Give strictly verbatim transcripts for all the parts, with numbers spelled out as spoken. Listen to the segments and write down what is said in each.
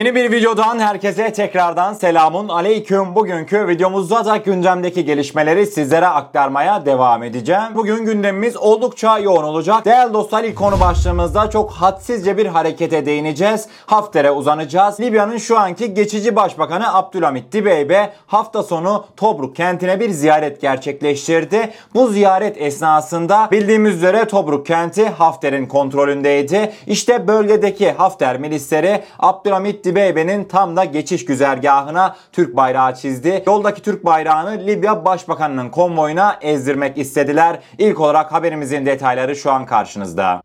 Yeni bir videodan herkese tekrardan selamun aleyküm. Bugünkü videomuzda da gündemdeki gelişmeleri sizlere aktarmaya devam edeceğim. Bugün gündemimiz oldukça yoğun olacak. Değerli dostlar, ilk konu başlığımızda çok hadsizce bir harekete değineceğiz. Hafter'e uzanacağız. Libya'nın şu anki geçici başbakanı Abdülhamit Dibeibe hafta sonu Tobruk kentine bir ziyaret gerçekleştirdi. Bu ziyaret esnasında bildiğimiz üzere Tobruk kenti Hafter'in kontrolündeydi. İşte bölgedeki Hafter milisleri Abdülhamit Dibeibe'nin tam da geçiş güzergahına Türk bayrağı çizdi. Yoldaki Türk bayrağını Libya Başbakanı'nın konvoyuna ezdirmek istediler. İlk olarak haberimizin detayları şu an karşınızda.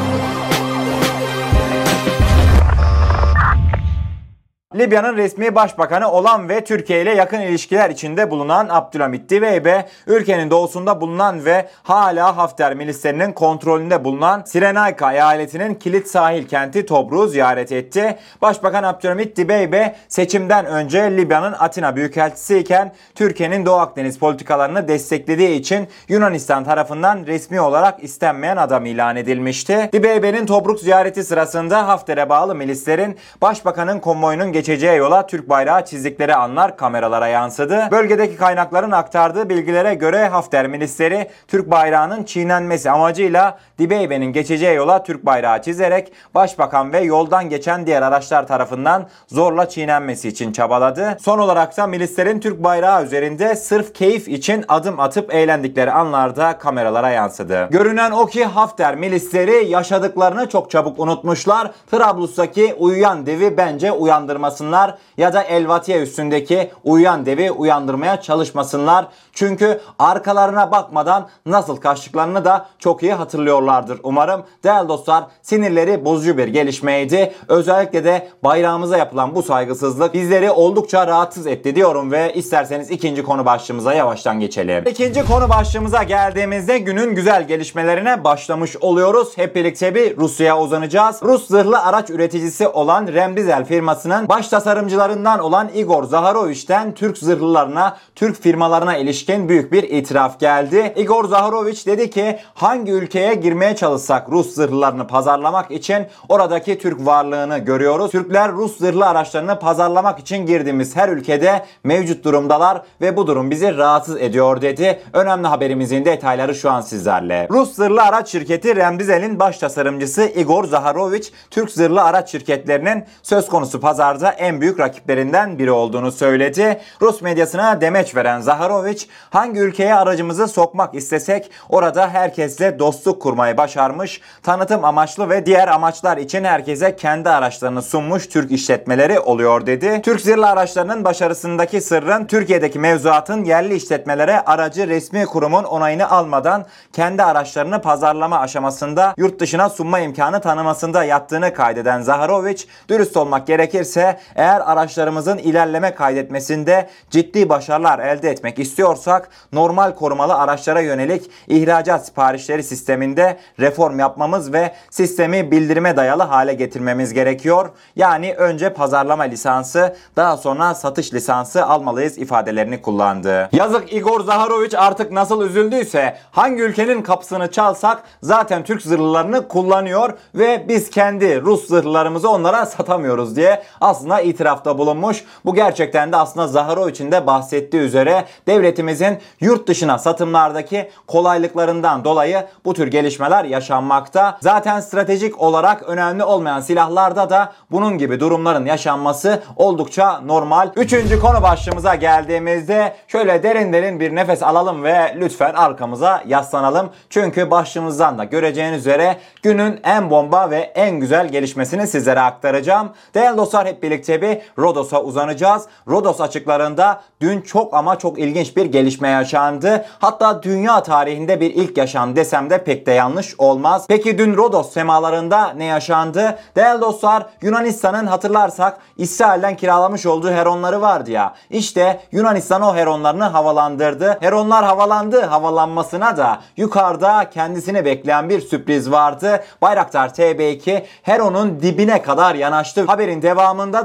Libya'nın resmi başbakanı olan ve Türkiye ile yakın ilişkiler içinde bulunan Abdülhamit Dibeibe, ülkenin doğusunda bulunan ve hala Hafter milislerinin kontrolünde bulunan Sirenayka eyaletinin kilit sahil kenti Tobruk'u ziyaret etti. Başbakan Abdülhamit Dibeibe seçimden önce Libya'nın Atina Büyükelçisi iken Türkiye'nin Doğu Akdeniz politikalarını desteklediği için Yunanistan tarafından resmi olarak istenmeyen adam ilan edilmişti. Dibeibe'nin Tobruk ziyareti sırasında Hafter'e bağlı milislerin başbakanın konvoyunun geçeceği yola Türk bayrağı çizdikleri anlar kameralara yansıdı. Bölgedeki kaynakların aktardığı bilgilere göre Hafter milisleri Türk bayrağının çiğnenmesi amacıyla Dibeibe'nin geçeceği yola Türk bayrağı çizerek başbakan ve yoldan geçen diğer araçlar tarafından zorla çiğnenmesi için çabaladı. Son olarak da milislerin Türk bayrağı üzerinde sırf keyif için adım atıp eğlendikleri anlarda kameralara yansıdı. Görünen o ki Hafter milisleri yaşadıklarını çok çabuk unutmuşlar. Trablus'taki uyuyan devi bence uyandırması ya da Elvatiye üstündeki uyuyan devi uyandırmaya çalışmasınlar. Çünkü arkalarına bakmadan nasıl kaçtıklarını da çok iyi hatırlıyorlardır umarım. Değerli dostlar, sinirleri bozucu bir gelişmeydi. Özellikle de bayrağımıza yapılan bu saygısızlık bizleri oldukça rahatsız etti diyorum ve isterseniz ikinci konu başlığımıza yavaştan geçelim. İkinci konu başlığımıza geldiğimizde günün güzel gelişmelerine başlamış oluyoruz. Hep birlikte bir Rusya'ya uzanacağız. Rus zırhlı araç üreticisi olan Remdizel firmasının baş tasarımcılarından olan Igor Zaharoviç'ten Türk zırhlılarına, Türk firmalarına ilişkin büyük bir itiraf geldi. Igor Zaharoviç dedi ki hangi ülkeye girmeye çalışsak Rus zırhlılarını pazarlamak için oradaki Türk varlığını görüyoruz. Türkler Rus zırhlı araçlarını pazarlamak için girdiğimiz her ülkede mevcut durumdalar ve bu durum bizi rahatsız ediyor dedi. Önemli haberimizin detayları şu an sizlerle. Rus zırhlı araç şirketi Remdizel'in baş tasarımcısı Igor Zaharoviç, Türk zırhlı araç şirketlerinin söz konusu pazarda en büyük rakiplerinden biri olduğunu söyledi. Rus medyasına demeç veren Zaharoviç, hangi ülkeye aracımızı sokmak istesek orada herkesle dostluk kurmayı başarmış, tanıtım amaçlı ve diğer amaçlar için herkese kendi araçlarını sunmuş Türk işletmeleri oluyor dedi. Türk zırhlı araçlarının başarısındaki sırrın Türkiye'deki mevzuatın yerli işletmelere aracı resmi kurumun onayını almadan kendi araçlarını pazarlama aşamasında yurt dışına sunma imkanı tanımasında yattığını kaydeden Zaharoviç, dürüst olmak gerekirse eğer araçlarımızın ilerleme kaydetmesinde ciddi başarılar elde etmek istiyorsak normal korumalı araçlara yönelik ihracat siparişleri sisteminde reform yapmamız ve sistemi bildirime dayalı hale getirmemiz gerekiyor. Yani önce pazarlama lisansı, daha sonra satış lisansı almalıyız ifadelerini kullandı. Yazık Igor Zaharoviç artık nasıl üzüldüyse hangi ülkenin kapısını çalsak zaten Türk zırhlılarını kullanıyor ve biz kendi Rus zırhlılarımızı onlara satamıyoruz diye aslında itirafta bulunmuş. Bu gerçekten de aslında Zaharoviç'in de bahsettiği üzere devletimizin yurt dışına satımlardaki kolaylıklarından dolayı bu tür gelişmeler yaşanmakta. Zaten stratejik olarak önemli olmayan silahlarda da bunun gibi durumların yaşanması oldukça normal. Üçüncü konu başlığımıza geldiğimizde şöyle derin derin bir nefes alalım ve lütfen arkamıza yaslanalım. Çünkü başlığımızdan da göreceğiniz üzere günün en bomba ve en güzel gelişmesini sizlere aktaracağım. Değerli dostlar, hep birlikte bir Rodos'a uzanacağız. Rodos açıklarında dün çok ama çok ilginç bir gelişme yaşandı. Hatta dünya tarihinde bir ilk yaşandı desem de pek de yanlış olmaz. Peki dün Rodos semalarında ne yaşandı? Değerli dostlar, Yunanistan'ın hatırlarsak İsrail'den kiralamış olduğu Heronları vardı ya. İşte Yunanistan o Heronlarını havalandırdı. Heronlar havalandı. Havalanmasına da yukarıda kendisini bekleyen bir sürpriz vardı. Bayraktar T B iki Heron'un dibine kadar yanaştı. Haberin devamında da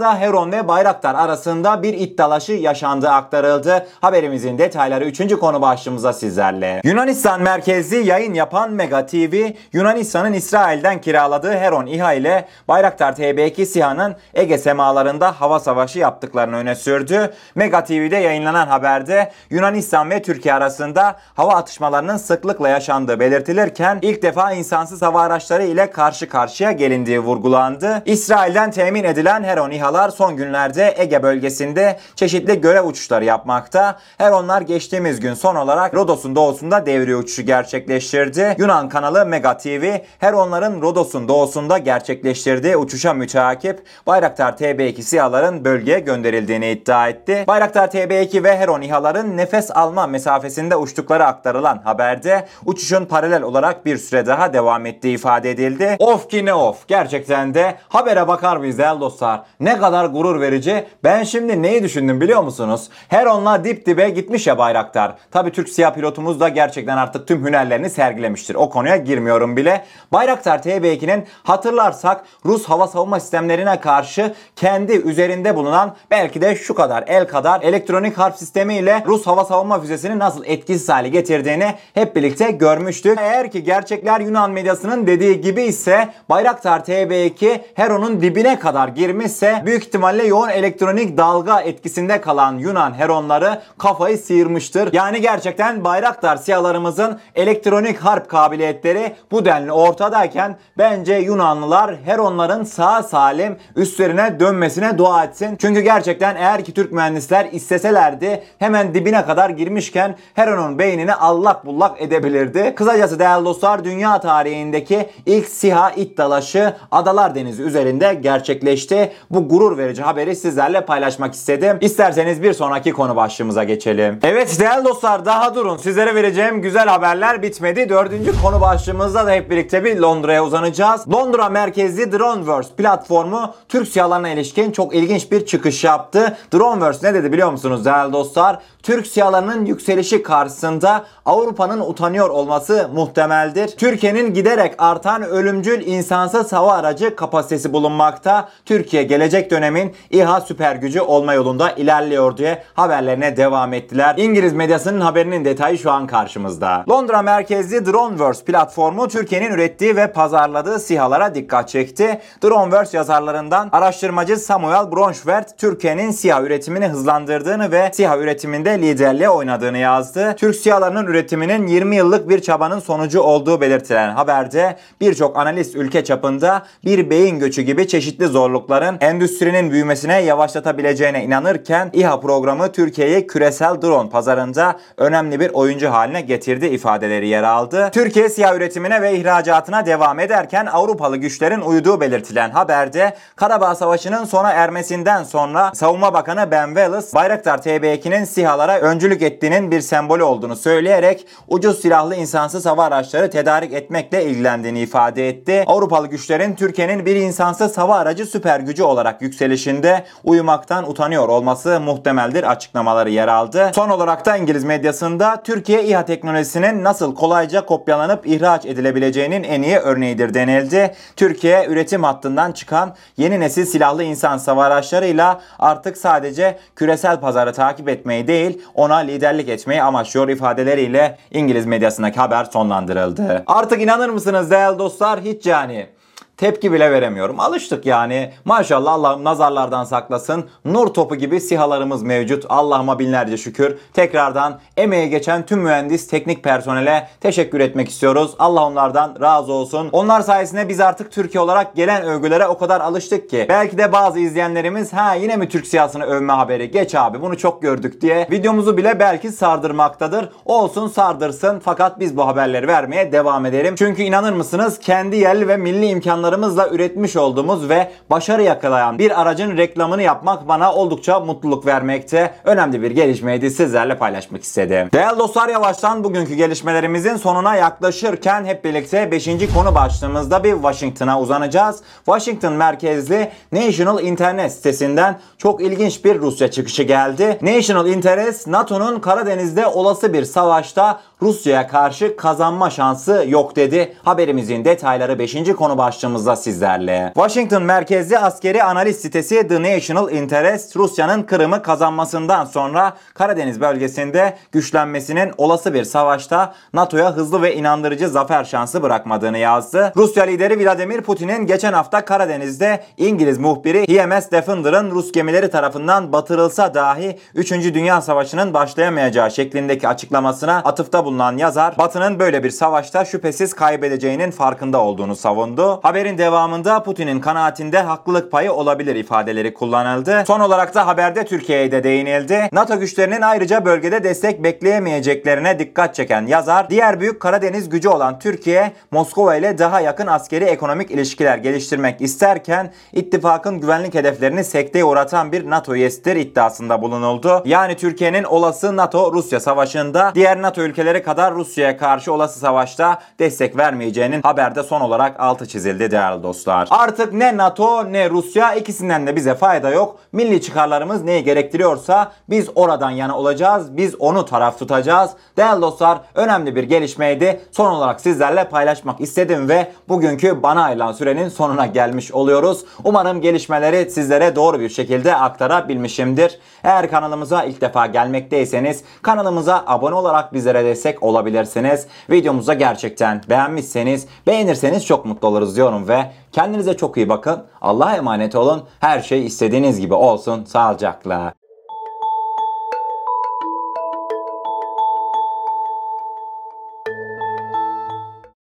arasında Heron ve Bayraktar arasında bir iddialaşı yaşandığı aktarıldı. Haberimizin detayları üçüncü konu başlığımıza sizlerle. Yunanistan merkezli yayın yapan Mega T V, Yunanistan'ın İsrail'den kiraladığı Heron İHA ile Bayraktar T B iki SİHA'nın Ege semalarında hava savaşı yaptıklarını öne sürdü. Mega T V'de yayınlanan haberde Yunanistan ve Türkiye arasında hava atışmalarının sıklıkla yaşandığı belirtilirken ilk defa insansız hava araçları ile karşı karşıya gelindiği vurgulandı. İsrail'den temin edilen Heron İHA'lar son günlerde Ege bölgesinde çeşitli görev uçuşları yapmakta. Heronlar geçtiğimiz gün son olarak Rodos'un doğusunda devriye uçuşu gerçekleştirdi. Yunan kanalı Mega T V, Heronların Rodos'un doğusunda gerçekleştirdiği uçuşa müteakip Bayraktar T B iki SİHA'ların bölgeye gönderildiğini iddia etti. Bayraktar T B iki ve Heron İHA'ların nefes alma mesafesinde uçtukları aktarılan haberde uçuşun paralel olarak bir süre daha devam ettiği ifade edildi. Of ki ne of. Gerçekten de habere bakar mıyız değerli dostlar? Ne kadar gurur verici. Ben şimdi neyi düşündüm biliyor musunuz? Heron'la dip dibe gitmiş ya Bayraktar. Tabii Türk SİHA pilotumuz da gerçekten artık tüm hünerlerini sergilemiştir. O konuya girmiyorum bile. Bayraktar T B ikinin hatırlarsak Rus hava savunma sistemlerine karşı kendi üzerinde bulunan belki de şu kadar el kadar elektronik harp sistemi ile Rus hava savunma füzesini nasıl etkisiz hale getirdiğini hep birlikte görmüştük. Eğer ki gerçekler Yunan medyasının dediği gibi ise Bayraktar T B iki Heron'un dibine kadar girmişse büyük ihtimalle yoğun elektronik dalga etkisinde kalan Yunan Heron'ları kafayı sıyırmıştır. Yani gerçekten Bayraktar SİHA'larımızın elektronik harp kabiliyetleri bu denli ortadayken bence Yunanlılar Heron'ların sağ salim üstlerine dönmesine dua etsin. Çünkü gerçekten eğer ki Türk mühendisler isteselerdi hemen dibine kadar girmişken Heron'un beynini allak bullak edebilirdi. Kısacası değerli dostlar, dünya tarihindeki ilk SİHA iç dalaşı Adalar Denizi üzerinde gerçekleşti. Bu gurur verici haberi sizlerle paylaşmak istedim. İsterseniz bir sonraki konu başlığımıza geçelim. Evet değerli dostlar, daha durun. Sizlere vereceğim güzel haberler bitmedi. Dördüncü konu başlığımızda da hep birlikte bir Londra'ya uzanacağız. Londra merkezli Droneverse platformu Türk SİHA'larına ilişkin çok ilginç bir çıkış yaptı. Droneverse ne dedi biliyor musunuz değerli dostlar? Türk SİHA'larının yükselişi karşısında Avrupa'nın utanıyor olması muhtemeldir. Türkiye'nin giderek artan ölümcül insansız hava aracı kapasitesi bulunmakta. Türkiye gelecek dönemin İHA süper gücü olma yolunda ilerliyor diye haberlerine devam ettiler. İngiliz medyasının haberinin detayı şu an karşımızda. Londra merkezli Droneverse platformu Türkiye'nin ürettiği ve pazarladığı SİHA'lara dikkat çekti. Droneverse yazarlarından araştırmacı Samuel Bronchwert, Türkiye'nin SİHA üretimini hızlandırdığını ve SİHA üretiminde liderliğe oynadığını yazdı. Türk SİHA'larının üretiminin yirmi yıllık bir çabanın sonucu olduğu belirtilen haberde birçok analist ülke çapında bir beyin göçü gibi çeşitli zorlukların endüstrinin büyümesine yavaşlatabileceğine inanırken İHA programı Türkiye'yi küresel drone pazarında önemli bir oyuncu haline getirdi ifadeleri yer aldı. Türkiye SİHA üretimine ve ihracatına devam ederken Avrupalı güçlerin uyuduğu belirtilen haberde Karabağ Savaşı'nın sona ermesinden sonra Savunma Bakanı Ben Wallace, Bayraktar T B ikinin SİHA'lara öncülük ettiğinin bir sembolü olduğunu söyleyerek ucuz silahlı insansız hava araçları tedarik etmekle ilgilendiğini ifade etti. Avrupalı güçlerin Türkiye'nin bir insansız hava aracı süper gücü olarak yükselişinde uyumaktan utanıyor olması muhtemeldir açıklamaları yer aldı. Son olarak da İngiliz medyasında Türkiye İHA teknolojisinin nasıl kolayca kopyalanıp ihraç edilebileceğinin en iyi örneğidir denildi. Türkiye üretim hattından çıkan yeni nesil silahlı insansız hava araçlarıyla artık sadece küresel pazarı takip etmeyi değil, ona liderlik etmeyi amaçlıyor ifadeleriyle İngiliz medyasındaki haber sonlandırıldı. Artık inanır mısınız değerli dostlar, hiç yani tepki bile veremiyorum. Alıştık yani. Maşallah, Allah'ım nazarlardan saklasın. Nur topu gibi SİHA'larımız mevcut. Allah'ıma binlerce şükür. Tekrardan emeği geçen tüm mühendis, teknik personele teşekkür etmek istiyoruz. Allah onlardan razı olsun. Onlar sayesinde biz artık Türkiye olarak gelen övgülere o kadar alıştık ki belki de bazı izleyenlerimiz ha yine mi Türk SİHA'sını övme haberi, geç abi bunu çok gördük diye videomuzu bile belki sardırmaktadır. Olsun, sardırsın, fakat biz bu haberleri vermeye devam edelim. Çünkü inanır mısınız, kendi yerli ve milli imkanlarımızla üretmiş olduğumuz ve başarı yakalayan bir aracın reklamını yapmak bana oldukça mutluluk vermekte. Önemli bir gelişmeydi, sizlerle paylaşmak istedim. Değerli dostlar, yavaştan bugünkü gelişmelerimizin sonuna yaklaşırken hep birlikte beşinci konu başlığımızda bir Washington'a uzanacağız. Washington merkezli National Interest sitesinden çok ilginç bir Rusya çıkışı geldi. National Interest, NATO'nun Karadeniz'de olası bir savaşta Rusya'ya karşı kazanma şansı yok dedi. Haberimizin detayları beşinci konu başlığımızda ekranımızda sizlerle. Washington merkezli askeri analiz sitesi The National Interest, Rusya'nın Kırım'ı kazanmasından sonra Karadeniz bölgesinde güçlenmesinin olası bir savaşta NATO'ya hızlı ve inandırıcı zafer şansı bırakmadığını yazdı. Rusya lideri Vladimir Putin'in geçen hafta Karadeniz'de İngiliz muhbiri H M S Defender'ın Rus gemileri tarafından batırılsa dahi üçüncü. Dünya Savaşı'nın başlayamayacağı şeklindeki açıklamasına atıfta bulunan yazar, Batı'nın böyle bir savaşta şüphesiz kaybedeceğinin farkında olduğunu savundu. Haberin devamında Putin'in kanaatinde haklılık payı olabilir ifadeleri kullanıldı. Son olarak da haberde Türkiye'ye de değinildi. NATO güçlerinin ayrıca bölgede destek bekleyemeyeceklerine dikkat çeken yazar, diğer büyük Karadeniz gücü olan Türkiye, Moskova ile daha yakın askeri ekonomik ilişkiler geliştirmek isterken ittifakın güvenlik hedeflerini sekteye uğratan bir NATO üyesidir iddiasında bulunuldu. Yani Türkiye'nin olası NATO-Rusya savaşında diğer NATO ülkeleri kadar Rusya'ya karşı olası savaşta destek vermeyeceğinin haberde son olarak altı çizildi değerli dostlar. Artık ne NATO ne Rusya, ikisinden de bize fayda yok. Milli çıkarlarımız neyi gerektiriyorsa biz oradan yana olacağız. Biz onu taraf tutacağız. Değerli dostlar, önemli bir gelişmeydi. Son olarak sizlerle paylaşmak istedim ve bugünkü bana ayrılan sürenin sonuna gelmiş oluyoruz. Umarım gelişmeleri sizlere doğru bir şekilde aktarabilmişimdir. Eğer kanalımıza ilk defa gelmekteyseniz kanalımıza abone olarak bizlere destek olabilirsiniz. Videomuza gerçekten beğenmişseniz, beğenirseniz çok mutlu oluruz diyorum ve kendinize çok iyi bakın. Allah'a emanet olun. Her şey istediğiniz gibi olsun. Sağlıcakla.